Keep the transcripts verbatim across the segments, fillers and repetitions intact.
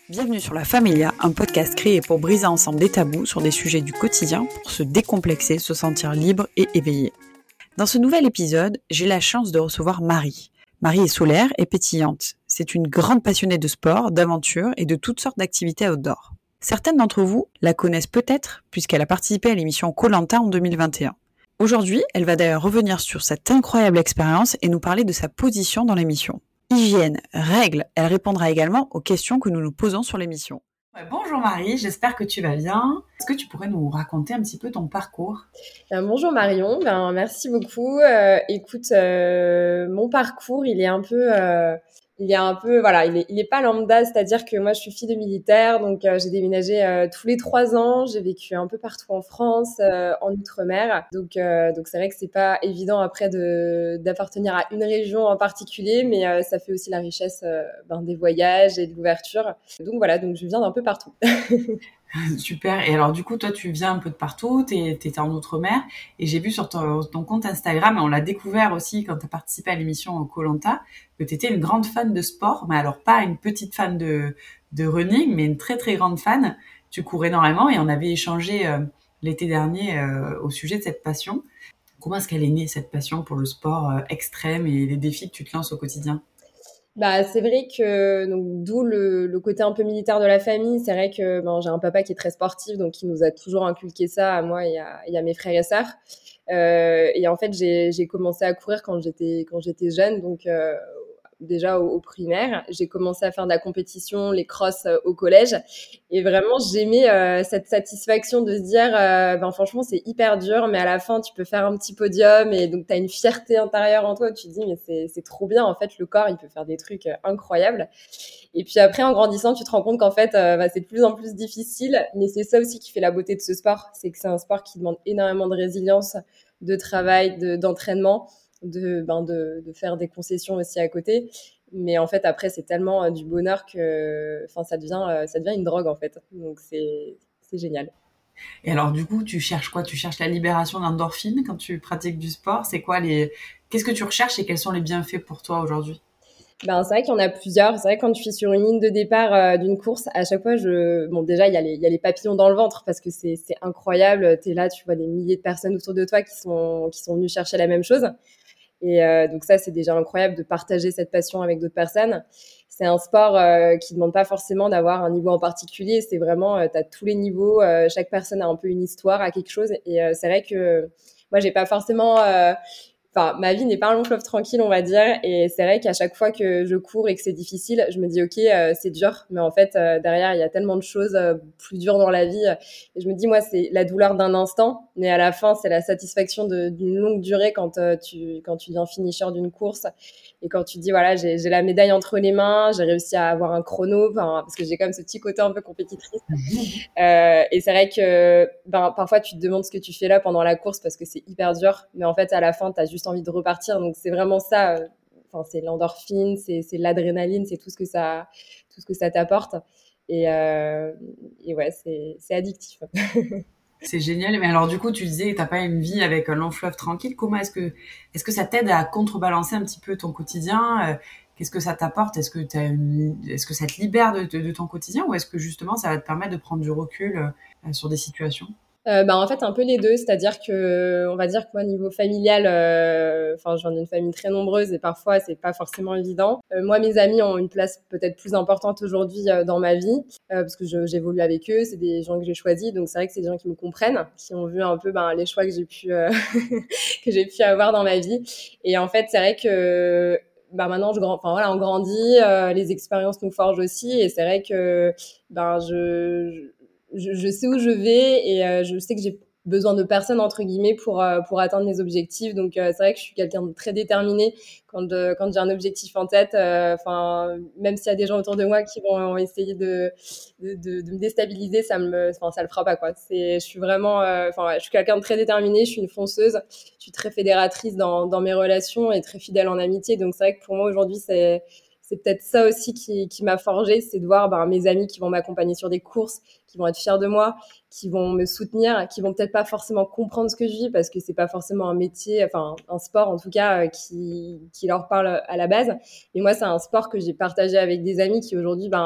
Bienvenue sur La Familia, un podcast créé pour briser ensemble des tabous sur des sujets du quotidien pour se décomplexer, se sentir libre et éveillé. Dans ce nouvel épisode, j'ai la chance de recevoir Marie. Marie est solaire et pétillante. C'est une grande passionnée de sport, d'aventure et de toutes sortes d'activités outdoor. Certaines d'entre vous la connaissent peut-être puisqu'elle a participé à l'émission koh lanta en deux mille vingt et un. Aujourd'hui, elle va d'ailleurs revenir sur cette incroyable expérience et nous parler de sa position dans l'émission. Hygiène, règles, elle répondra également aux questions que nous nous posons sur l'émission. Ouais, bonjour Marie, j'espère que tu vas bien. Est-ce que tu pourrais nous raconter un petit peu ton parcours ? Ben, bonjour Marion, ben, merci beaucoup. Euh, écoute, euh, mon parcours, il est un peu... Euh... Il est un peu, voilà, il est, il est pas lambda, c'est-à-dire que moi, je suis fille de militaire, donc euh, j'ai déménagé euh, tous les trois ans. J'ai vécu un peu partout en France, euh, en Outre-mer. Donc, euh, donc c'est vrai que c'est pas évident après de d'appartenir à une région en particulier, mais euh, ça fait aussi la richesse euh, ben, des voyages et de l'ouverture. Donc voilà, donc je viens d'un peu partout. Super. Et alors, du coup, toi, tu viens un peu de partout, t'es, t'étais en Outre-mer, et j'ai vu sur ton, ton compte Instagram, et on l'a découvert aussi quand t'as participé à l'émission koh lanta, que t'étais une grande fan de sport, mais alors pas une petite fan de, de running, mais une très très grande fan. Tu cours énormément, et on avait échangé euh, l'été dernier euh, au sujet de cette passion. Comment est-ce qu'elle est née, cette passion pour le sport euh, extrême et les défis que tu te lances au quotidien ? Bah, c'est vrai que donc d'où le, le côté un peu militaire de la famille. C'est vrai que ben, j'ai un papa qui est très sportif, donc il nous a toujours inculqué ça à moi et à, et à mes frères et sœurs. Euh, et en fait, j'ai, j'ai commencé à courir quand j'étais quand j'étais jeune, donc euh, déjà au, au primaire. J'ai commencé à faire de la compétition, les crosses euh, au collège, et vraiment j'aimais euh, cette satisfaction de se dire, euh, ben franchement c'est hyper dur, mais à la fin tu peux faire un petit podium, et donc t'as une fierté intérieure en toi. Où tu te dis mais c'est c'est trop bien, en fait le corps il peut faire des trucs euh, incroyables. Et puis après en grandissant tu te rends compte qu'en fait euh, bah, c'est de plus en plus difficile, mais c'est ça aussi qui fait la beauté de ce sport, c'est que c'est un sport qui demande énormément de résilience, de travail, de d'entraînement, de, ben de, de faire des concessions aussi à côté. Mais en fait, après, c'est tellement euh, du bonheur que enfin, ça, devient, euh, ça devient une drogue, en fait. Donc, c'est, c'est génial. Et alors, du coup, tu cherches quoi ? Tu cherches la libération d'endorphines quand tu pratiques du sport ? C'est quoi les... Qu'est-ce que tu recherches et quels sont les bienfaits pour toi aujourd'hui ? Ben, c'est vrai qu'il y en a plusieurs. C'est vrai que quand je suis sur une ligne de départ euh, d'une course, à chaque fois, je... Bon, déjà, il y a les, il y a les papillons dans le ventre parce que c'est, c'est incroyable. T'es là, tu vois des milliers de personnes autour de toi qui sont, qui sont venues chercher la même chose. Et euh, donc ça, c'est déjà incroyable de partager cette passion avec d'autres personnes. C'est un sport euh, qui ne demande pas forcément d'avoir un niveau en particulier. C'est vraiment, euh, tu as tous les niveaux. Euh, chaque personne a un peu une histoire, a quelque chose. Et euh, c'est vrai que euh, moi, j'ai pas forcément... Euh, Enfin, ma vie n'est pas un long fleuve tranquille, on va dire. Et c'est vrai qu'à chaque fois que je cours et que c'est difficile, je me dis, OK, euh, c'est dur. Mais en fait, euh, derrière, il y a tellement de choses euh, plus dures dans la vie. Et je me dis, moi, c'est la douleur d'un instant. Mais à la fin, c'est la satisfaction de, d'une longue durée quand, euh, tu, quand tu viens finisher d'une course. Et quand tu dis, voilà, j'ai, j'ai la médaille entre les mains, j'ai réussi à avoir un chrono, parce que j'ai quand même ce petit côté un peu compétitrice. Euh, et c'est vrai que ben, parfois, tu te demandes ce que tu fais là pendant la course parce que c'est hyper dur. Mais en fait, à la fin, tu as juste envie de repartir. Donc, c'est vraiment ça. euh, Enfin, c'est l'endorphine, c'est, c'est l'adrénaline, c'est tout ce que ça, tout ce que ça t'apporte. Et, euh, et ouais, c'est, c'est addictif. C'est génial. Mais alors, du coup, tu disais que t'as pas une vie avec un long fleuve tranquille. Comment est-ce que, est-ce que ça t'aide à contrebalancer un petit peu ton quotidien ? Euh, Qu'est-ce que ça t'apporte ? Est-ce que t'as une, est-ce que ça te libère de, de, de ton quotidien ou est-ce que justement ça va te permettre de prendre du recul euh, sur des situations ? Euh, bah, en fait, un peu les deux. C'est-à-dire que, on va dire que moi, niveau familial, euh, enfin, je viens d'une famille très nombreuse et parfois, c'est pas forcément évident. Euh, moi, mes amis ont une place peut-être plus importante aujourd'hui euh, dans ma vie euh, parce que je, j'évolue avec eux. C'est des gens que j'ai choisis, donc c'est vrai que c'est des gens qui me comprennent, qui ont vu un peu ben, les choix que j'ai pu euh, que j'ai pu avoir dans ma vie. Et en fait, c'est vrai que bah maintenant je grand enfin voilà on grandit, euh, les expériences nous forgent aussi, et c'est vrai que ben je je, je sais où je vais, et euh, je sais que j'ai besoin de personne entre guillemets pour euh, pour atteindre mes objectifs. Donc euh, c'est vrai que je suis quelqu'un de très déterminé quand euh, quand j'ai un objectif en tête. Enfin, euh, même s'il y a des gens autour de moi qui vont essayer de de, de, de me déstabiliser, ça me enfin ça le fera pas, quoi. C'est je suis vraiment enfin euh, ouais, je suis quelqu'un de très déterminé, je suis une fonceuse, je suis très fédératrice dans dans mes relations et très fidèle en amitié. Donc c'est vrai que pour moi aujourd'hui c'est c'est peut-être ça aussi qui, qui m'a forgée, c'est de voir ben, mes amis qui vont m'accompagner sur des courses, qui vont être fiers de moi, qui vont me soutenir, qui vont peut-être pas forcément comprendre ce que je vis parce que c'est pas forcément un métier, enfin un sport en tout cas, euh, qui, qui leur parle à la base. Mais moi, c'est un sport que j'ai partagé avec des amis qui aujourd'hui ben,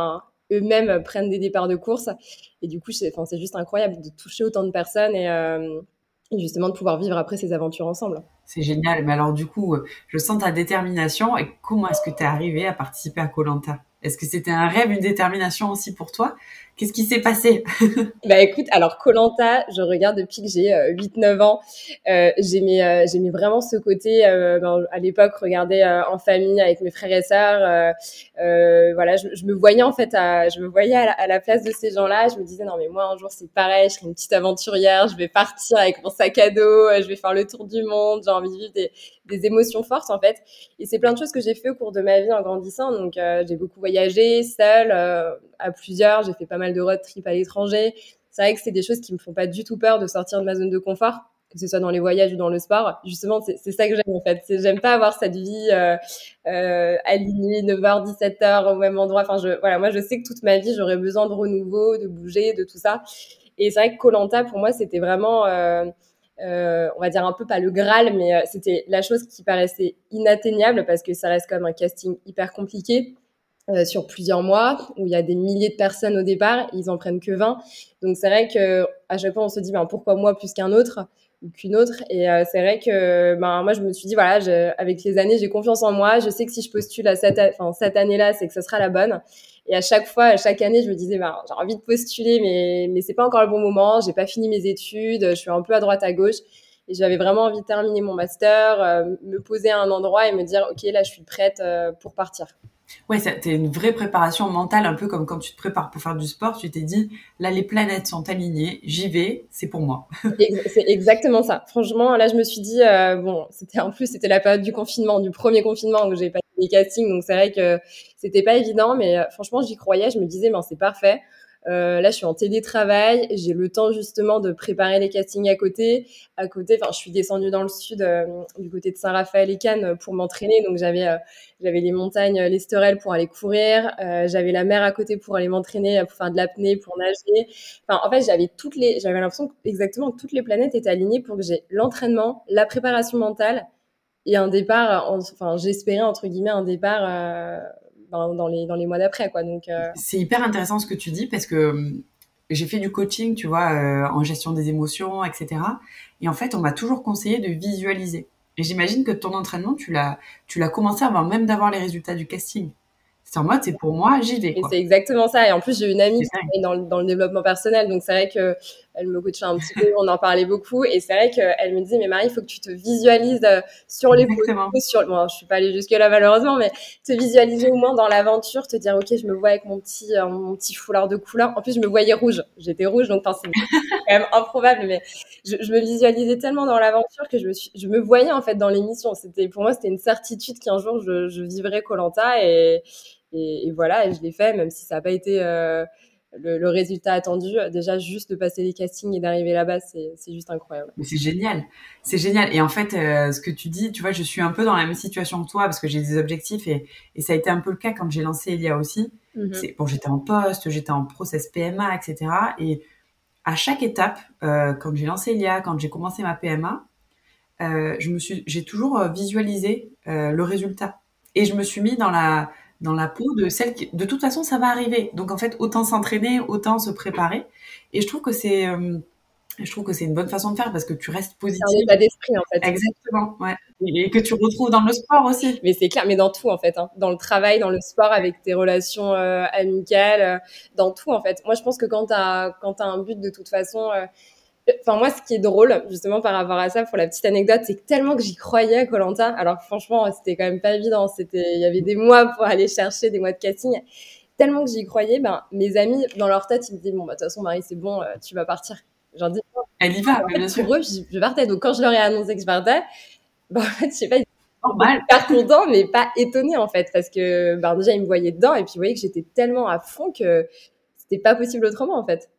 eux-mêmes prennent des départs de course. Et du coup, c'est, enfin, c'est juste incroyable de toucher autant de personnes et, euh, et justement de pouvoir vivre après ces aventures ensemble. C'est génial. Mais alors, du coup, je sens ta détermination. Et comment est-ce que tu es arrivée à participer à Koh-Lanta ? Est-ce que c'était un rêve, une détermination aussi pour toi ? Qu'est-ce qui s'est passé ? Bah écoute, alors Koh-Lanta, je regarde depuis que j'ai euh, huit neuf ans. Euh, j'aimais, euh, j'aimais vraiment ce côté, euh, ben, à l'époque, regarder euh, en famille avec mes frères et sœurs. Euh, euh, voilà, je, je me voyais en fait, à, je me voyais à la, à la place de ces gens-là. Je me disais, non mais moi un jour c'est pareil, je serai une petite aventurière, je vais partir avec mon sac à dos, euh, je vais faire le tour du monde, j'ai envie de vivre des, des émotions fortes en fait. Et c'est plein de choses que j'ai fait au cours de ma vie en grandissant. Donc euh, j'ai beaucoup voyagé, seule, euh, à plusieurs, j'ai fait pas mal de road trips à l'étranger. C'est vrai que c'est des choses qui me font pas du tout peur de sortir de ma zone de confort, que ce soit dans les voyages ou dans le sport. Justement, c'est, c'est ça que j'aime en fait. C'est, j'aime pas avoir cette vie euh, euh, alignée neuf heures, dix-sept heures au même endroit. Enfin, je, voilà, moi je sais que toute ma vie j'aurais besoin de renouveau, de bouger, de tout ça. Et c'est vrai que Koh-Lanta pour moi c'était vraiment, euh, euh, on va dire un peu pas le Graal, mais euh, c'était la chose qui paraissait inatteignable parce que ça reste comme un casting hyper compliqué. Euh, sur plusieurs mois, où il y a des milliers de personnes au départ, ils en prennent que vingt. Donc c'est vrai que à chaque fois on se dit ben pourquoi moi plus qu'un autre ou qu'une autre. Et euh, c'est vrai que ben moi je me suis dit voilà, je, avec les années j'ai confiance en moi, je sais que si je postule à cette, enfin cette année-là, c'est que ce sera la bonne. Et à chaque fois, à chaque année, je me disais ben j'ai envie de postuler, mais mais c'est pas encore le bon moment, j'ai pas fini mes études, je suis un peu à droite à gauche. Et j'avais vraiment envie de terminer mon master, euh, me poser à un endroit et me dire ok là je suis prête euh, pour partir. Ouais, c'était une vraie préparation mentale, un peu comme quand tu te prépares pour faire du sport, tu t'es dit, là, les planètes sont alignées, j'y vais, c'est pour moi. C'est exactement ça. Franchement, là, je me suis dit, euh, bon, c'était en plus, c'était la période du confinement, du premier confinement où j'ai passé les castings, donc c'est vrai que c'était pas évident, mais euh, franchement, j'y croyais. Je me disais, ben c'est parfait. Euh, là, je suis en télétravail, j'ai le temps justement de préparer les castings à côté. À côté, enfin, je suis descendue dans le sud, euh, du côté de Saint-Raphaël et Cannes pour m'entraîner, donc j'avais euh, j'avais les montagnes l'Esterel pour aller courir, euh, j'avais la mer à côté pour aller m'entraîner, pour faire de l'apnée, pour nager. Enfin, en fait, j'avais toutes les, j'avais l'impression que exactement toutes les planètes étaient alignées pour que j'ai l'entraînement, la préparation mentale et un départ. En, enfin, j'espérais entre guillemets un départ euh, dans, dans les dans les mois d'après, quoi. Donc, euh... c'est hyper intéressant ce que tu dis parce que j'ai fait du coaching, tu vois, euh, en gestion des émotions, et cetera. Et en fait, on m'a toujours conseillé de visualiser. Et j'imagine que ton entraînement, tu l'as, tu l'as commencé avant même d'avoir les résultats du casting. C'est en mode, c'est pour moi, j'y vais, Et quoi. c'est exactement ça. Et en plus, j'ai une amie C'est qui dingue. est dans, le- dans le développement personnel. Donc, c'est vrai que elle me coachait un petit peu. On en parlait beaucoup. Et c'est vrai qu'elle me disait, mais Marie, il faut que tu te visualises euh, sur les Exactement. photos. Sur... Bon, je suis pas allée jusque-là, malheureusement, mais te visualiser au moins dans l'aventure, te dire, OK, je me vois avec mon petit, euh, mon petit foulard de couleur. En plus, je me voyais rouge. J'étais rouge. Donc, enfin, c'est quand même improbable. Mais je, je me visualisais tellement dans l'aventure que je me, suis, je me voyais, en fait, dans l'émission. C'était, pour moi, c'était une certitude qu'un jour, je, je vivrais Koh-Lanta. Et, Et, et voilà, et je l'ai fait, même si ça n'a pas été euh, le, le résultat attendu. Déjà, juste de passer les castings et d'arriver là-bas, c'est, c'est juste incroyable. Mais c'est génial, c'est génial. Et en fait, euh, ce que tu dis, tu vois, je suis un peu dans la même situation que toi parce que j'ai des objectifs et, et ça a été un peu le cas quand j'ai lancé Elia aussi. Mm-hmm. C'est bon, j'étais en poste, j'étais en process P M A, et cetera. Et à chaque étape, euh, quand j'ai lancé Elia, quand j'ai commencé ma P M A, euh, je me suis, j'ai toujours visualisé euh, le résultat et je me suis mis dans la dans la peau de celle qui, de toute façon, ça va arriver. Donc en fait, autant s'entraîner, autant se préparer. Et je trouve que c'est euh, je trouve que c'est une bonne façon de faire parce que tu restes C'est un positive. état d'esprit, en fait. Exactement, ouais. Et que tu retrouves dans le sport aussi. Mais c'est clair, mais dans tout, en fait. Hein. Dans le travail, dans le sport, avec tes relations euh, amicales, euh, dans tout, en fait. Moi, je pense que quand t'as, quand t'as un but, de toute façon... Euh, Enfin, moi, ce qui est drôle, justement, par rapport à ça, pour la petite anecdote, c'est que tellement que j'y croyais à Koh-Lanta, alors que franchement, c'était quand même pas évident. C'était, il y avait des mois pour aller chercher des mois de casting. Tellement que j'y croyais, ben, mes amis, dans leur tête, ils me disaient, bon, bah, de toute façon, Marie, c'est bon, euh, tu vas partir. J'en dis, non. Elle y va, En mais fait, bien sûr. pour eux, je, je partais. Donc, quand je leur ai annoncé que je partais, ben, en fait, je sais pas, ils Normal. étaient super contents, mais pas étonnés, en fait, parce que, ben, déjà, ils me voyaient dedans, et puis, ils voyaient que j'étais tellement à fond que c'était pas possible autrement, en fait.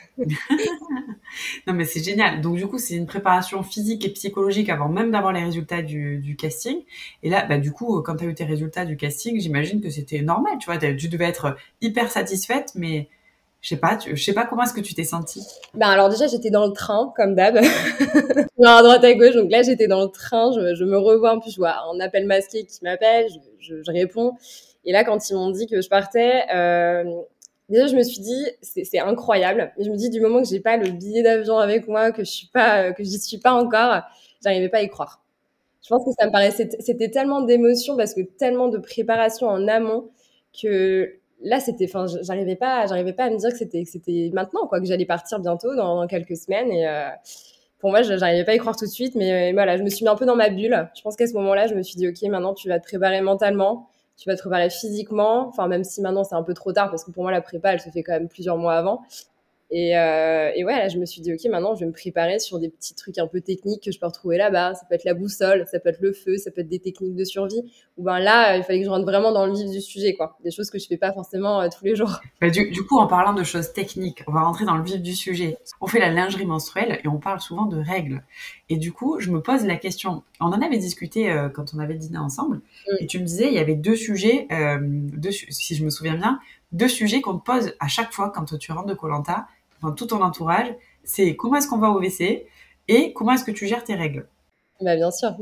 Non, mais c'est génial. Donc, du coup, c'est une préparation physique et psychologique avant même d'avoir les résultats du, du casting. Et là, bah, du coup, quand tu as eu tes résultats du casting, j'imagine que c'était normal, tu vois. Tu devais être hyper satisfaite, mais je sais pas, tu, je sais pas comment est-ce que tu t'es sentie. Ben, alors, déjà, j'étais dans le train, comme d'hab. À droite à gauche, donc là j'étais dans le train, je, je me revois, en plus je vois un appel masqué qui m'appelle, je, je, je réponds, et là quand ils m'ont dit que je partais, euh, Déjà, je me suis dit, c'est, c'est incroyable. Et je me dis, du moment que j'ai pas le billet d'avion avec moi, que je suis pas, que j'y suis pas encore, j'arrivais pas à y croire. Je pense que ça me paraissait, c'était tellement d'émotions parce que tellement de préparation en amont que là, c'était, enfin, j'arrivais pas, j'arrivais pas à me dire que c'était, que c'était maintenant, quoi, que j'allais partir bientôt dans, dans quelques semaines. Et euh, pour moi, j'arrivais pas à y croire tout de suite, mais euh, voilà, je me suis mis un peu dans ma bulle. Je pense qu'à ce moment-là, je me suis dit, ok, maintenant, tu vas te préparer mentalement, tu vas te préparer physiquement. Enfin, même si maintenant, c'est un peu trop tard parce que pour moi, la prépa, elle se fait quand même plusieurs mois avant. Et, euh, et ouais, là, je me suis dit, OK, maintenant, je vais me préparer sur des petits trucs un peu techniques que je peux retrouver là-bas. Ça peut être la boussole, ça peut être le feu, ça peut être des techniques de survie. Ou ben là, euh, il fallait que je rentre vraiment dans le vif du sujet, quoi. Des choses que je fais pas forcément euh, tous les jours. Bah, du, du coup, en parlant de choses techniques, on va rentrer dans le vif du sujet. On fait la lingerie menstruelle et on parle souvent de règles. Et du coup, je me pose la question. On en avait discuté euh, quand on avait dîné ensemble. Mm. Et tu me disais, il y avait deux sujets, euh, deux, si je me souviens bien, deux sujets qu'on te pose à chaque fois quand tu rentres de Koh Lanta, enfin tout ton entourage. C'est comment est-ce qu'on va au W C et comment est-ce que tu gères tes règles. Bah, bien sûr.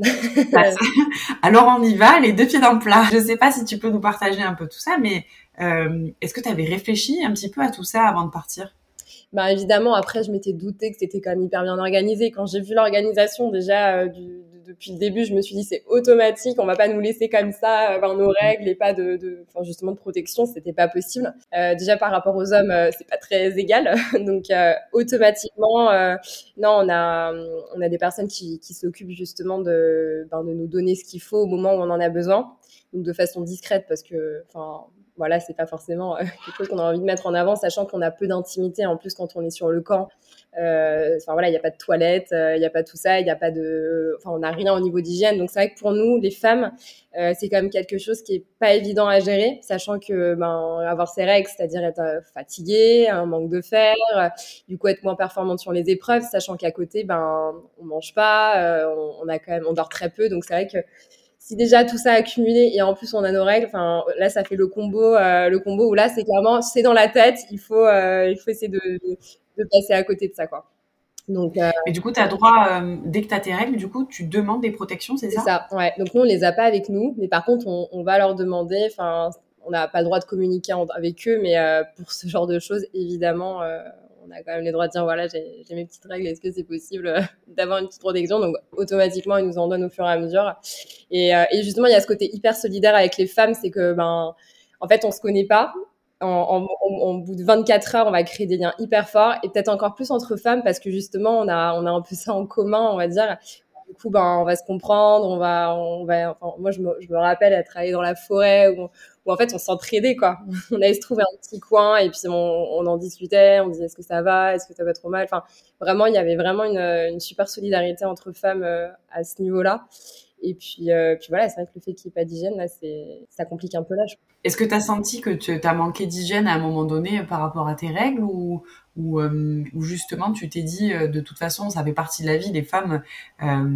Alors on y va, les deux pieds dans le plat. Je sais pas si tu peux nous partager un peu tout ça, mais euh, est-ce que tu avais réfléchi un petit peu à tout ça avant de partir? Bah évidemment, après, je m'étais douté que c'était quand même hyper bien organisé. Quand j'ai vu l'organisation déjà euh, du, de- depuis le début, je me suis dit c'est automatique, on va pas nous laisser comme ça euh, avoir nos règles et pas de, de, enfin justement de protection, c'était pas possible. Euh, déjà par rapport aux hommes, euh, c'est pas très égal, donc euh, automatiquement, euh, non, on a on a des personnes qui, qui s'occupent justement de ben, de nous donner ce qu'il faut au moment où on en a besoin, donc de façon discrète parce que, enfin voilà, c'est pas forcément euh, quelque chose qu'on a envie de mettre en avant, sachant qu'on a peu d'intimité en plus quand on est sur le camp. Euh, Enfin voilà, il n'y a pas de toilette, il n'y a pas tout ça, il n'y a pas de, enfin on n'a rien au niveau d'hygiène. Donc c'est vrai que pour nous, les femmes, euh, c'est quand même quelque chose qui est pas évident à gérer, sachant que ben avoir ses règles, c'est-à-dire être euh, fatiguée, un manque de fer, euh, du coup être moins performante sur les épreuves, sachant qu'à côté, ben on mange pas, euh, on, on a quand même, on dort très peu. Donc c'est vrai que si déjà tout ça accumulé et en plus on a nos règles, enfin là ça fait le combo, euh, le combo où là c'est clairement c'est dans la tête, il faut euh, il faut essayer de, de, de passer à côté de ça quoi. Donc euh, Mais du coup, tu as droit, euh, dès que tu as tes règles, du coup, tu demandes des protections, c'est c'est ça? ça, ouais. Donc nous on les a pas avec nous, mais par contre on, on va leur demander, enfin on n'a pas le droit de communiquer en- avec eux, mais euh, pour ce genre de choses évidemment. Euh, on a quand même les droits de dire voilà j'ai, j'ai mes petites règles, est-ce que c'est possible euh, d'avoir une petite protection, donc automatiquement ils nous en donnent au fur et à mesure. Et, euh, et justement il y a ce côté hyper solidaire avec les femmes, c'est que ben en fait on se connaît pas, en, en, en, en bout de vingt-quatre heures on va créer des liens hyper forts et peut-être encore plus entre femmes parce que justement on a on a un peu ça en commun on va dire. Du coup, ben, on va se comprendre, on va, on va, enfin, moi, je me, je me rappelle être allée dans la forêt où, où en fait, on s'entraidait, quoi. On allait se trouver un petit coin et puis on, on en discutait, on disait est-ce que ça va, est-ce que ça va trop mal. Enfin, vraiment, il y avait vraiment une, une super solidarité entre femmes euh, à ce niveau-là. Et puis, euh, puis voilà, c'est vrai que le fait qu'il n'y ait pas d'hygiène, là, c'est, ça complique un peu l'âge. Est-ce que tu as senti que tu as manqué d'hygiène à un moment donné euh, par rapport à tes règles ou, ou, euh, ou justement tu t'es dit euh, de toute façon ça fait partie de la vie, les femmes euh,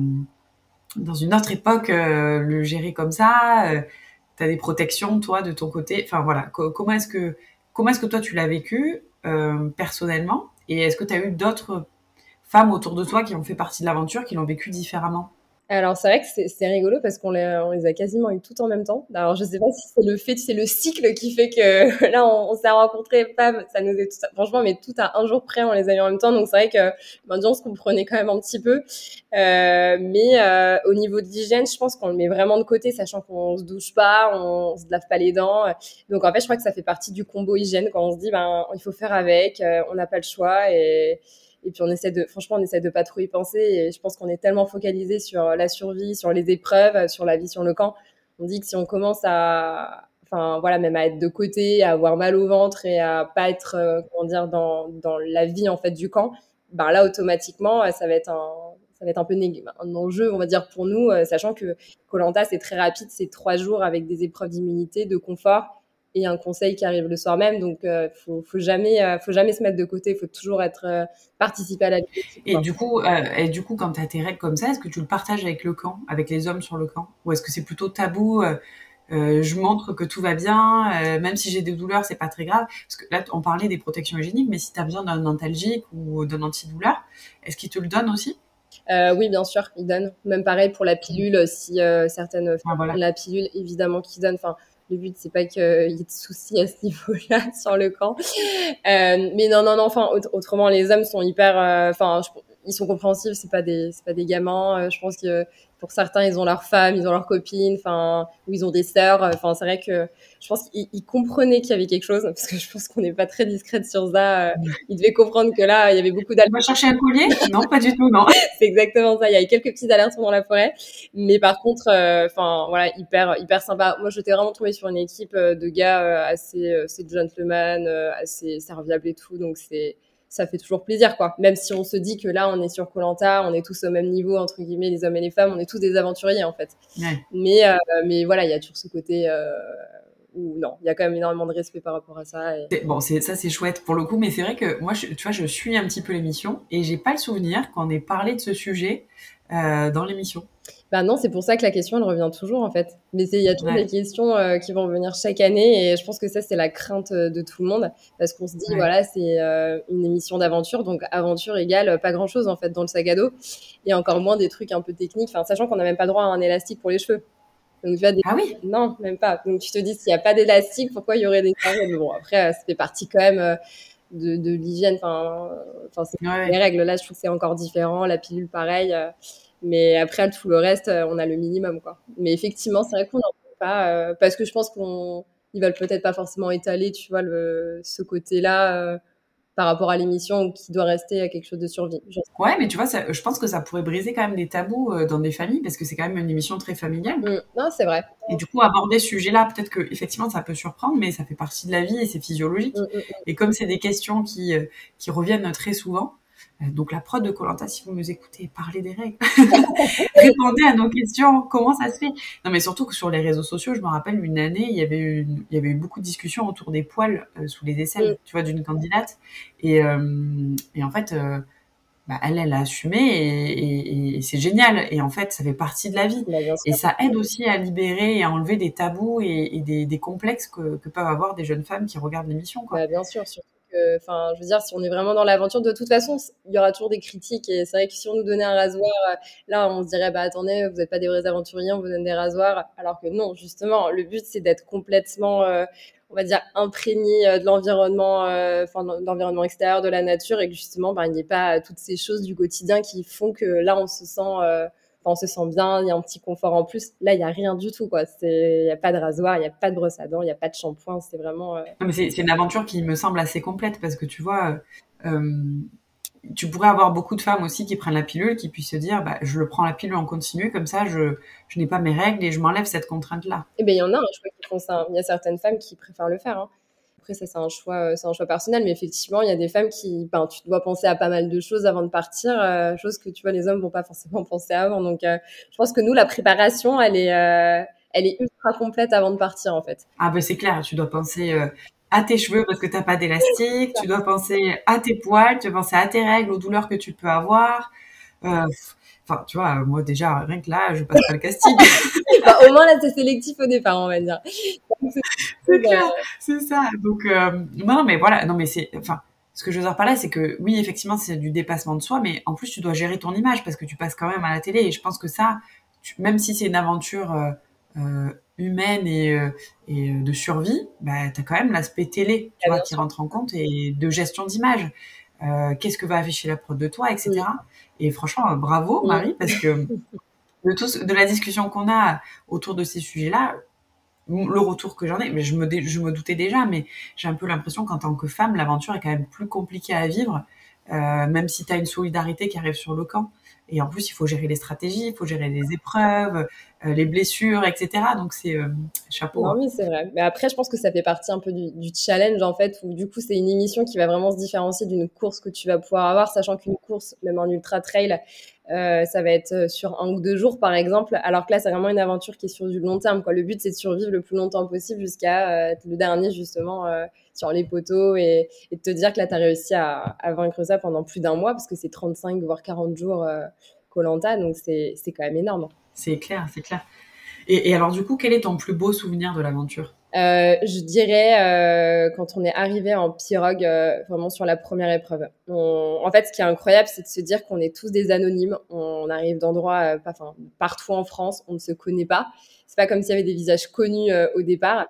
dans une autre époque euh, le gérer comme ça, euh, tu as des protections toi de ton côté, enfin voilà, co- comment est-ce que comment est-ce que toi tu l'as vécu euh, personnellement et est-ce que tu as eu d'autres femmes autour de toi qui ont fait partie de l'aventure, qui l'ont vécu différemment? Alors c'est vrai que c'est c'est rigolo parce qu'on les, on les a quasiment eu toutes en même temps. Alors je sais pas si c'est le fait, c'est le cycle qui fait que là on, on s'est rencontrés, pam, ça nous est tout, franchement mais tout à un jour près on les a eu en même temps. Donc c'est vrai que maintenant on se comprenait quand même un petit peu. Euh, mais euh, au niveau de l'hygiène, je pense qu'on le met vraiment de côté, sachant qu'on se douche pas, on, on se lave pas les dents. Donc en fait je crois que ça fait partie du combo hygiène quand on se dit ben il faut faire avec, euh, on n'a pas le choix et et puis on essaie de, franchement, on essaie de pas trop y penser. Et je pense qu'on est tellement focalisé sur la survie, sur les épreuves, sur la vie sur le camp. On dit que si on commence à, enfin voilà, même à être de côté, à avoir mal au ventre et à pas être, euh, comment dire, dans dans la vie en fait du camp, ben là automatiquement, ça va être un ça va être un peu nég- un enjeu, on va dire, pour nous, euh, sachant que Koh Lanta, c'est très rapide, c'est trois jours avec des épreuves d'immunité, de confort et un conseil qui arrive le soir même. Donc, euh, faut, faut jamais, euh, faut jamais se mettre de côté. Il faut toujours être euh, participer à la vie d'équipe, Et quoi. du coup, euh, et du coup, quand tu as tes règles comme ça, est-ce que tu le partages avec le camp, avec les hommes sur le camp, ou est-ce que c'est plutôt tabou euh, euh, je montre que tout va bien, euh, même si j'ai des douleurs, c'est pas très grave. Parce que là, on parlait des protections hygiéniques, mais si tu as besoin d'un antalgique ou d'un antidouleur, est-ce qu'ils te le donnent aussi? Euh, oui, bien sûr, ils donnent. Même pareil pour la pilule, si euh, certaines Ah, femmes voilà. prennent la pilule, évidemment qu'ils donnent. Enfin, le but c'est pas qu'il y ait de soucis à ce niveau-là sur le camp. Euh, mais non, non, non. Enfin, autrement, les hommes sont hyper. Enfin, euh, ils sont compréhensifs. C'est pas des, c'est pas des gamins. Euh, je pense que pour certains, ils ont leurs femmes, ils ont leurs copines. Enfin, ou ils ont des sœurs. Enfin, c'est vrai que je pense qu'ils ils comprenaient qu'il y avait quelque chose, parce que je pense qu'on n'est pas très discrète sur ça. Euh, ils devaient comprendre que là, il y avait beaucoup d'alertes. On va chercher un collier ? Non, pas du tout, non. C'est exactement ça. Il y avait quelques petites alertes dans la forêt, mais par contre, enfin, euh, voilà, hyper, hyper sympa. Moi, j'étais vraiment tombée sur une équipe de gars euh, assez, assez gentleman, euh, assez serviables et tout. Donc c'est, ça fait toujours plaisir, quoi. Même si on se dit que là, on est sur Koh Lanta, on est tous au même niveau entre guillemets, les hommes et les femmes, on est tous des aventuriers en fait. Ouais. Mais, euh, mais voilà, il y a toujours ce côté. Euh, ou non, il y a quand même énormément de respect par rapport à ça. Et... C'est, bon, c'est, ça c'est chouette pour le coup, mais c'est vrai que moi, je, tu vois, je suis un petit peu l'émission et j'ai pas le souvenir qu'on ait parlé de ce sujet euh, dans l'émission. Bah non, c'est pour ça que la question elle revient toujours en fait. Mais il y a toujours ouais. des questions euh, qui vont revenir chaque année et je pense que ça c'est la crainte de tout le monde parce qu'on se dit ouais. voilà c'est euh, une émission d'aventure donc aventure égale pas grand chose en fait dans le sac à dos et encore moins des trucs un peu techniques. Enfin sachant qu'on n'a même pas droit à un élastique pour les cheveux. Donc, tu vois, des... Ah oui ? Non, même pas. Donc, tu te dis, s'il n'y a pas d'élastique, pourquoi il y aurait des carrés ? Mais bon, après, ça fait partie quand même euh, de, de l'hygiène. Enfin, enfin c'est ouais. les règles. Là, je trouve que c'est encore différent. La pilule, pareil. Euh, mais après, tout le reste, euh, on a le minimum, quoi. Mais effectivement, c'est vrai qu'on n'en peut pas. Euh, parce que je pense qu'on... Ils veulent peut-être pas forcément étaler, tu vois, le, ce côté-là... Euh, par rapport à l'émission ou qui doit rester à quelque chose de survie. Ouais, mais tu vois, ça, je pense que ça pourrait briser quand même des tabous euh, dans des familles parce que c'est quand même une émission très familiale. Mmh. Non, c'est vrai. Et du coup, aborder ce sujet-là, peut-être que effectivement, ça peut surprendre, mais ça fait partie de la vie et c'est physiologique. Mmh, mmh. Et comme c'est des questions qui euh, qui reviennent très souvent, euh, donc la prod de Koh Lanta, si vous nous écoutez, parlez des règles, répondez à nos questions. Comment ça se fait ? Non, mais surtout que sur les réseaux sociaux, je me rappelle une année, il y avait eu, une, il y avait eu beaucoup de discussions autour des poils euh, sous les aisselles, mmh. tu vois, d'une candidate. Et euh, et en fait. Euh, Bah, elle, elle a assumé et, et, et c'est génial. Et en fait, ça fait partie de la vie. Bah, et ça aide aussi à libérer et à enlever des tabous et, et des, des complexes que, que peuvent avoir des jeunes femmes qui regardent l'émission, quoi. Bah, bien sûr, surtout que, enfin, je veux dire, si on est vraiment dans l'aventure, de toute façon, il y aura toujours des critiques. Et c'est vrai que si on nous donnait un rasoir, là, on se dirait, bah, attendez, vous n'êtes pas des vrais aventuriers, on vous donne des rasoirs. Alors que non, justement, le but, c'est d'être complètement... Euh, on va dire imprégné de l'environnement, euh, enfin de l'environnement extérieur, de la nature, et que justement, ben, il n'y ait pas toutes ces choses du quotidien qui font que là, on se sent, euh, on se sent bien, il y a un petit confort en plus. Là, il n'y a rien du tout, quoi. Il n'y a pas de rasoir, il n'y a pas de brosse à dents, il n'y a pas de shampoing. C'est vraiment. Euh... Non, mais c'est, c'est une aventure qui me semble assez complète parce que tu vois. Euh, tu pourrais avoir beaucoup de femmes aussi qui prennent la pilule, qui puissent se dire, bah, je le prends la pilule en continu, comme ça, je, je n'ai pas mes règles et je m'enlève cette contrainte-là. Eh ben, il y en a, hein, je crois qu'ils font ça. Il y a certaines femmes qui préfèrent le faire. Hein. Après, ça, c'est un choix, c'est un choix personnel, mais effectivement, il y a des femmes qui, ben, tu dois penser à pas mal de choses avant de partir, euh, choses que, tu vois, les hommes vont pas forcément penser avant. Donc, euh, je pense que nous, la préparation, elle est, euh, elle est ultra complète avant de partir, en fait. Ah, ben, c'est clair, tu dois penser, euh, à tes cheveux parce que t'as pas d'élastique, tu dois penser à tes poils, tu dois penser à tes règles, aux douleurs que tu peux avoir. Euh, enfin, tu vois, moi déjà, rien que là, je passe pas le casting. Bah, au moins là, c'est sélectif au départ, on va dire. C'est, c'est clair, c'est ça. Donc, euh, non, mais voilà, non, mais c'est, enfin, ce que je veux dire par là, c'est que oui, effectivement, c'est du dépassement de soi, mais en plus, tu dois gérer ton image parce que tu passes quand même à la télé. Et je pense que ça, tu, même si c'est une aventure euh, euh, humaine et, euh, et de survie, bah, t'as quand même l'aspect télé, tu ah, vois, qui sûr. rentre en compte et de gestion d'image. Euh, qu'est-ce que va afficher la prod de toi, et cetera. Oui. Et franchement, bravo, oui. Marie, parce que de, tout, de la discussion qu'on a autour de ces sujets-là, le retour que j'en ai, mais je me, dé, je me doutais déjà, mais j'ai un peu l'impression qu'en tant que femme, l'aventure est quand même plus compliquée à vivre, euh, même si tu as une solidarité qui arrive sur le camp. Et en plus, il faut gérer les stratégies, il faut gérer les épreuves, euh, les blessures, et cetera. Donc, c'est euh, chapeau. Non, oui, c'est vrai. Mais après, je pense que ça fait partie un peu du, du challenge, en fait, où du coup, c'est une émission qui va vraiment se différencier d'une course que tu vas pouvoir avoir, sachant qu'une course, même en ultra trail, euh, ça va être sur un ou deux jours, par exemple, alors que là, c'est vraiment une aventure qui est sur du long terme, quoi. Le but, c'est de survivre le plus longtemps possible jusqu'à euh, le dernier, justement, euh, sur les poteaux et, et de te dire que là, tu as réussi à, à vaincre ça pendant plus d'un mois, parce que c'est trente-cinq, voire quarante jours euh, Koh Lanta, donc c'est, c'est quand même énorme. C'est clair, c'est clair. Et, et alors, du coup, quel est ton plus beau souvenir de l'aventure ? Euh, je dirais euh, quand on est arrivé en pirogue, euh, vraiment sur la première épreuve. On... En fait, ce qui est incroyable, c'est de se dire qu'on est tous des anonymes. On arrive d'endroits, euh, pas, enfin, partout en France, on ne se connaît pas. C'est pas comme s'il y avait des visages connus euh, au départ.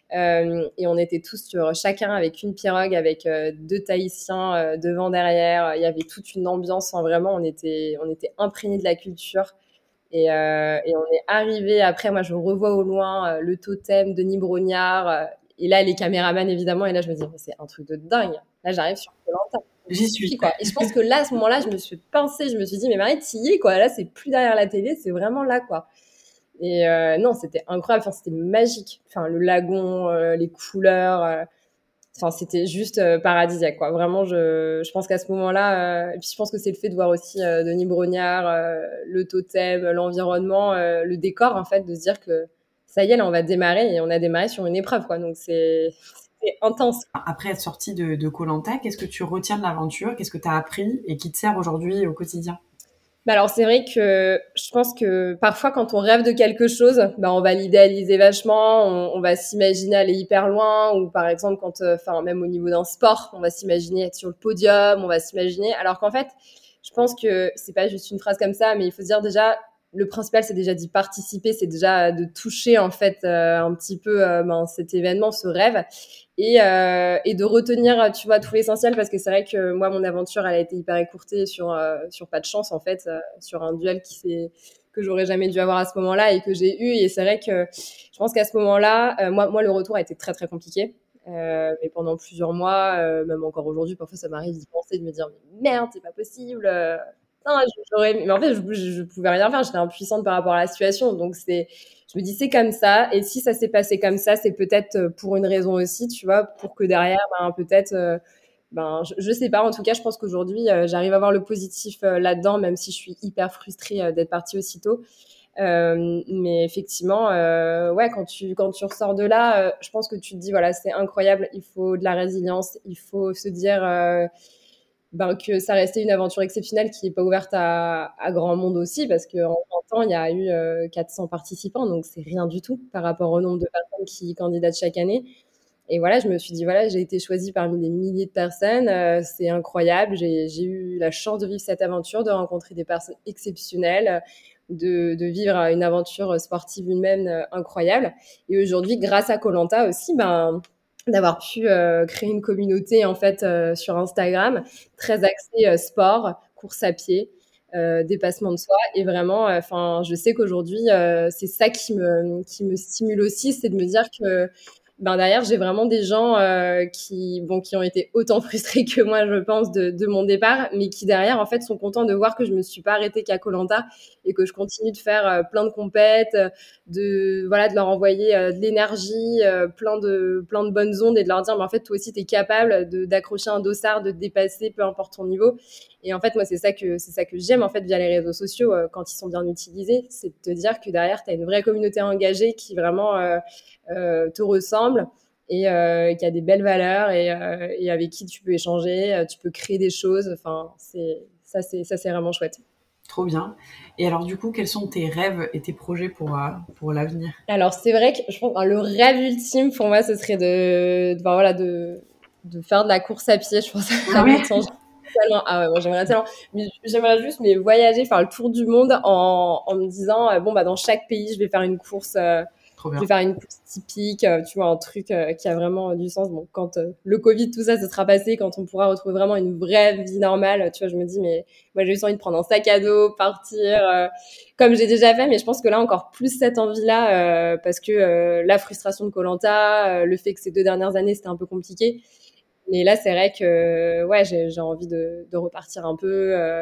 Euh, et on était tous sur chacun avec une pirogue, avec euh, deux Tahitiens euh, devant, derrière. Il y avait toute une ambiance. Enfin, vraiment, on était, on était imprégnés de la culture. Et, euh, et on est arrivé, après, moi, je revois au loin euh, le totem, Denis Brognard, euh, et là, les caméramans, évidemment, et là, je me dis, mais c'est un truc de dingue. Là, j'arrive sur Koh-Lanta. J'y suis. Quoi. Et je pense que là, à ce moment-là, je me suis pincée, je me suis dit, mais Marie, t'y es, quoi. Là, c'est plus derrière la télé, c'est vraiment là, quoi. Et euh, non, c'était incroyable, enfin, c'était magique. Enfin, le lagon, euh, les couleurs, euh, enfin, c'était juste euh, paradisiaque, quoi. Vraiment, je, je pense qu'à ce moment-là, euh, et puis je pense que c'est le fait de voir aussi euh, Denis Brognard, euh, le totem, l'environnement, euh, le décor, en fait, de se dire que ça y est, là, on va démarrer, et on a démarré sur une épreuve, quoi. Donc, c'est, c'est intense. Après être sortie de, de Koh-Lanta, qu'est-ce que tu retiens de l'aventure? Qu'est-ce que tu as appris et qui te sert aujourd'hui au quotidien? Bah alors c'est vrai que je pense que parfois quand on rêve de quelque chose, bah on va l'idéaliser vachement, on, on va s'imaginer aller hyper loin, ou par exemple quand, enfin euh, même au niveau d'un sport, on va s'imaginer être sur le podium, on va s'imaginer. Alors qu'en fait, je pense que c'est pas juste une phrase comme ça, mais il faut se dire déjà le principal c'est déjà d'y participer, c'est déjà de toucher en fait euh, un petit peu euh, ben, cet événement, ce rêve. Et, euh, et de retenir, tu vois, tout l'essentiel, parce que c'est vrai que moi, mon aventure, elle a été hyper écourtée sur, euh, sur pas de chance, en fait, euh, sur un duel qui s'est, que j'aurais jamais dû avoir à ce moment-là et que j'ai eu. Et c'est vrai que je pense qu'à ce moment-là, euh, moi, moi, le retour a été très, très compliqué. Euh, mais pendant plusieurs mois, euh, même encore aujourd'hui, parfois ça m'arrive d'y penser, de me dire, mais merde, c'est pas possible. Euh, non, j'aurais, mais en fait, je, je, je pouvais rien faire, j'étais impuissante par rapport à la situation. Donc, c'est, je me dis c'est comme ça, et si ça s'est passé comme ça, c'est peut-être pour une raison aussi, tu vois, pour que derrière, ben peut-être, euh, ben je, je sais pas. En tout cas, je pense qu'aujourd'hui, euh, j'arrive à voir le positif euh, là-dedans, même si je suis hyper frustrée euh, d'être partie aussitôt. Euh, mais effectivement, euh, ouais, quand tu quand tu ressors de là, euh, je pense que tu te dis voilà, c'est incroyable, il faut de la résilience, il faut se dire euh, ben, que ça restait une aventure exceptionnelle qui n'est pas ouverte à, à grand monde aussi, parce qu'en vingt ans, il y a eu euh, quatre cents participants, donc c'est rien du tout par rapport au nombre de personnes qui candidatent chaque année. Et voilà, je me suis dit, voilà, j'ai été choisie parmi des milliers de personnes, euh, c'est incroyable, j'ai, j'ai eu la chance de vivre cette aventure, de rencontrer des personnes exceptionnelles, de, de vivre une aventure sportive humaine euh, incroyable. Et aujourd'hui, grâce à Koh-Lanta aussi, ben, d'avoir pu euh, créer une communauté en fait euh, sur Instagram très axée euh, sport, course à pied, euh, dépassement de soi, et vraiment enfin euh, je sais qu'aujourd'hui euh, c'est ça qui me qui me stimule aussi, c'est de me dire que ben derrière j'ai vraiment des gens euh, qui bon qui ont été autant frustrés que moi, je pense, de, de mon départ, mais qui derrière en fait sont contents de voir que je me suis pas arrêtée qu'à Koh-Lanta et que je continue de faire euh, plein de compètes, de voilà de leur envoyer euh, de l'énergie, euh, plein de plein de bonnes ondes, et de leur dire mais en fait toi aussi t'es capable de d'accrocher un dossard, de te dépasser peu importe ton niveau. Et en fait moi c'est ça que c'est ça que j'aime en fait via les réseaux sociaux euh, quand ils sont bien utilisés, c'est de te dire que derrière t'as une vraie communauté engagée qui vraiment euh, euh, te ressemble, et euh, qui a des belles valeurs, et, euh, et avec qui tu peux échanger, euh, tu peux créer des choses. Enfin c'est ça c'est ça c'est vraiment chouette. Trop bien. Et alors, du coup, quels sont tes rêves et tes projets pour, euh, pour l'avenir? Alors, c'est vrai que je pense que le rêve ultime pour moi, ce serait de, de, enfin, voilà, de, de faire de la course à pied. Je pense que ça Ah me ouais. tient tellement. Ah ouais, moi, j'aimerais tellement. Mais j'aimerais juste mais voyager, faire le tour du monde en, en me disant, euh, bon, bah, dans chaque pays, je vais faire une course. Euh, Trop je bien. vais faire une course typique, euh, tu vois, un truc euh, qui a vraiment euh, du sens. Bon, quand euh, le Covid, tout ça, ça sera passé, quand on pourra retrouver vraiment une vraie vie normale, tu vois, je me dis, mais moi, j'ai juste envie de prendre un sac à dos, partir, euh, comme j'ai déjà fait, mais je pense que là, encore plus cette envie-là, euh, parce que euh, la frustration de Koh-Lanta, euh, le fait que ces deux dernières années, c'était un peu compliqué. Mais là, c'est vrai que, ouais, j'ai, j'ai envie de, de repartir un peu, euh,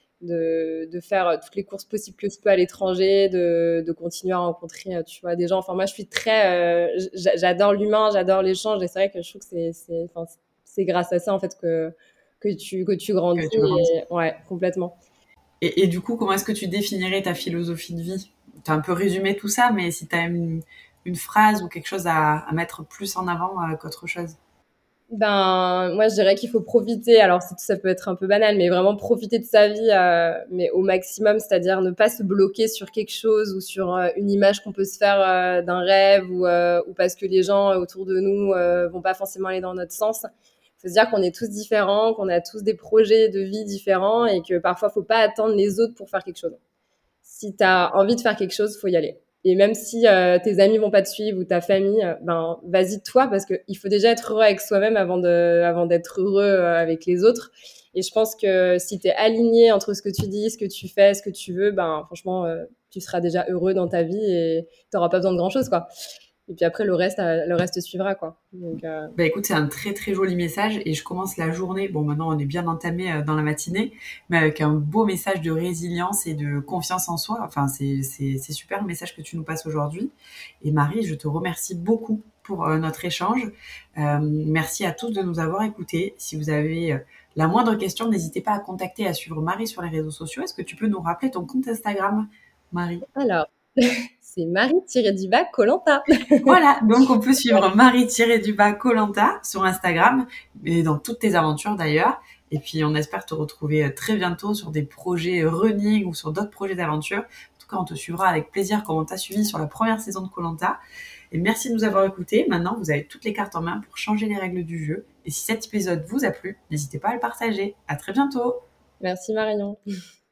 de, de faire toutes les courses possibles que je peux à l'étranger, de, de continuer à rencontrer, tu vois, des gens. Enfin, moi, je suis très, euh, j'adore l'humain, j'adore l'échange, et c'est vrai que je trouve que c'est, c'est, enfin, c'est grâce à ça, en fait, que, que tu, que tu grandis. Que tu grandis. Et, ouais, complètement. Et, et du coup, comment est-ce que tu définirais ta philosophie de vie? Tu as un peu résumé tout ça, mais si tu as une, une phrase ou quelque chose à, à mettre plus en avant euh, qu'autre chose. Ben, moi, je dirais qu'il faut profiter. Alors, ça peut être un peu banal, mais vraiment profiter de sa vie, euh, mais au maximum, c'est-à-dire ne pas se bloquer sur quelque chose ou sur euh, une image qu'on peut se faire euh, d'un rêve ou, euh, ou parce que les gens autour de nous euh, vont pas forcément aller dans notre sens. Il faut se dire qu'on est tous différents, qu'on a tous des projets de vie différents et que parfois, faut pas attendre les autres pour faire quelque chose. Si tu as envie de faire quelque chose, faut y aller. Et même si euh, tes amis vont pas te suivre ou ta famille, euh, ben vas-y toi parce que il faut déjà être heureux avec soi-même avant de avant d'être heureux euh, avec les autres. Et je pense que si tu es aligné entre ce que tu dis, ce que tu fais, ce que tu veux, ben franchement euh, tu seras déjà heureux dans ta vie et tu n'auras pas besoin de grand-chose quoi. Et puis après le reste euh, le reste suivra quoi. Donc euh... Bah écoute, c'est un très très joli message et je commence la journée, bon maintenant on est bien entamé euh, dans la matinée, mais avec un beau message de résilience et de confiance en soi. Enfin, c'est, c'est, c'est super le message que tu nous passes aujourd'hui. Et Marie, je te remercie beaucoup pour euh, notre échange. Euh, merci à tous de nous avoir écoutés. Si vous avez euh, la moindre question, n'hésitez pas à contacter, à suivre Marie sur les réseaux sociaux. Est-ce que tu peux nous rappeler ton compte Instagram, Marie? Alors, c'est Marie-du-bas Colanta. Voilà, donc on peut suivre Marie-du-bas Colanta sur Instagram et dans toutes tes aventures d'ailleurs. Et puis on espère te retrouver très bientôt sur des projets running ou sur d'autres projets d'aventure. En tout cas, on te suivra avec plaisir comme on t'a suivi sur la première saison de Colanta. Et merci de nous avoir écoutés. Maintenant, vous avez toutes les cartes en main pour changer les règles du jeu. Et si cet épisode vous a plu, n'hésitez pas à le partager. À très bientôt. Merci Marion.